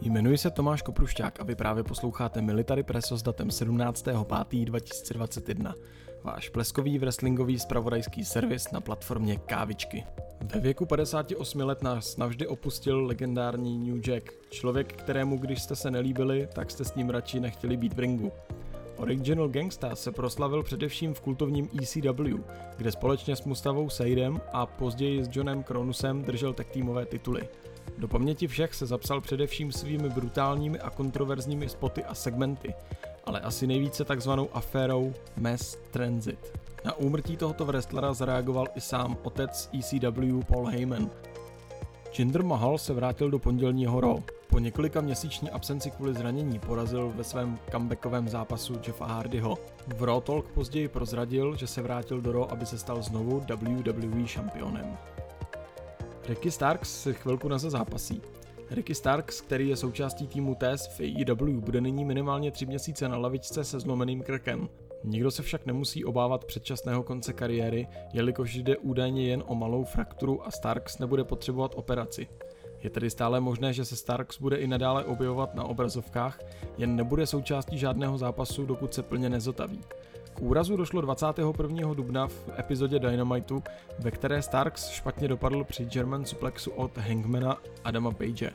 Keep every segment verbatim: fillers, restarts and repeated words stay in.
Jmenuji se Tomáš Koprušťák a vy právě posloucháte Military Presso s datem sedmnáctého pátého dva tisíce dvacet jedna. Váš pleskový wrestlingový zpravodajský servis na platformě Kávičky. Ve věku padesáti osmi let nás navždy opustil legendární New Jack. Člověk, kterému když jste se nelíbili, tak jste s ním radši nechtěli být v ringu. Original Gangsta se proslavil především v kultovním E C W, kde společně s Mustafou Saidem a později s Johnem Kronusem držel tag týmové tituly. Do paměti všech se zapsal především svými brutálními a kontroverzními spoty a segmenty, ale asi nejvíce takzvanou aférou Mass Transit. Na úmrtí tohoto wrestlera zareagoval i sám otec E C W Paul Heyman. Jinder Mahal se vrátil do pondělního Raw. Po několika měsíční absenci kvůli zranění porazil ve svém comebackovém zápasu Jeffa Hardyho. V Raw Talk později prozradil, že se vrátil do Raw, aby se stal znovu W W E šampionem. Ricky Starks se chvilku nezazápasí. Ricky Starks, který je součástí týmu T A S v A E W, bude nyní minimálně tři měsíce na lavičce se zlomeným krkem. Nikdo se však nemusí obávat předčasného konce kariéry, jelikož jde údajně jen o malou frakturu a Starks nebude potřebovat operaci. Je tedy stále možné, že se Starks bude i nadále objevovat na obrazovkách, jen nebude součástí žádného zápasu, dokud se plně nezotaví. K úrazu došlo dvacátého prvního dubna v epizodě Dynamitu, ve které Starks špatně dopadl při German suplexu od Hangmana Adama Page.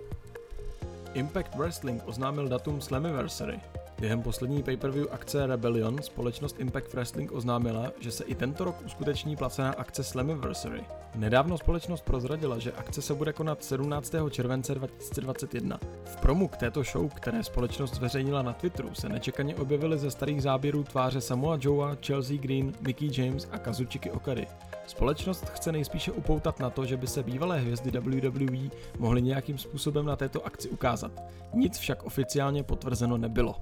Impact Wrestling oznámil datum Slammiversary. Během poslední pay-per-view akce Rebellion společnost Impact Wrestling oznámila, že se i tento rok uskuteční placená akce Slammiversary. Nedávno společnost prozradila, že akce se bude konat sedmnáctého července dva tisíce dvacet jedna. V promu k této show, které společnost zveřejnila na Twitteru, se nečekaně objevily ze starých záběrů tváře Samoa Joea, Chelsea Green, Mickie James a Kazuchika Okady. Společnost chce nejspíše upoutat na to, že by se bývalé hvězdy W W E mohly nějakým způsobem na této akci ukázat. Nic však oficiálně potvrzeno nebylo.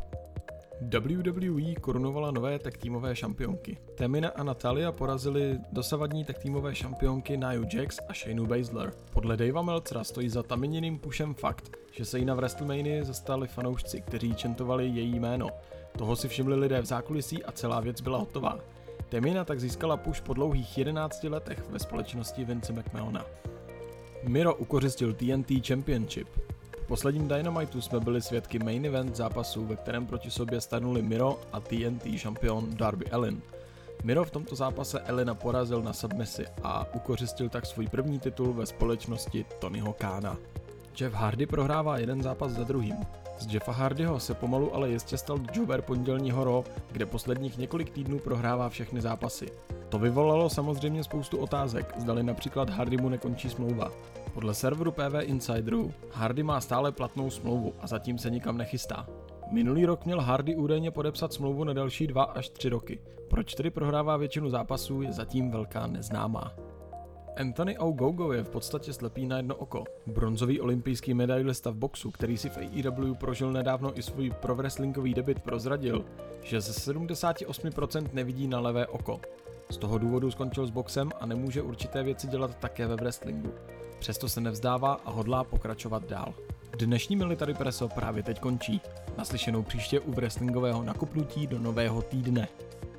W W E korunovala nové tag týmové šampionky. Tamina a Natalia porazili dosavadní tag týmové šampionky Nia Jax a Shayna Baszler. Podle Davea Meltzera stojí za Tamininým pušem fakt, že se jí na WrestleMania zastali fanoušci, kteří čentovali její jméno. Toho si všimli lidé v zákulisí a celá věc byla hotová. Tamina tak získala puš po dlouhých jedenácti letech ve společnosti Vince McMahona. Miro ukořistil T N T Championship. V posledním Dynamitu jsme byli svědky main event zápasu, ve kterém proti sobě stanuli Miro a T N T šampion Darby Allin. Miro v tomto zápase Allina porazil na submisi a ukořistil tak svůj první titul ve společnosti Tonyho Khana. Jeff Hardy prohrává jeden zápas za druhým. Z Jeffa Hardyho se pomalu ale jistě stal jobber pondělního Raw, kde posledních několik týdnů prohrává všechny zápasy. To vyvolalo samozřejmě spoustu otázek, zdali například Hardymu nekončí smlouva. Podle serveru P V Insiderů Hardy má stále platnou smlouvu a zatím se nikam nechystá. Minulý rok měl Hardy údajně podepsat smlouvu na další dva až tři roky. Proč tedy prohrává většinu zápasů, je zatím velká neznámá. Anthony Ogogo je v podstatě slepý na jedno oko. Bronzový olympijský medailista v boxu, který si v A E W prožil nedávno i svůj pro-wrestlingový debut, prozradil, že ze sedmdesát osm procent nevidí na levé oko. Z toho důvodu skončil s boxem a nemůže určité věci dělat také ve wrestlingu. Přesto se nevzdává a hodlá pokračovat dál. Dnešní Military Presso právě teď končí. Naslyšenou příště u wrestlingového nakopnutí do nového týdne.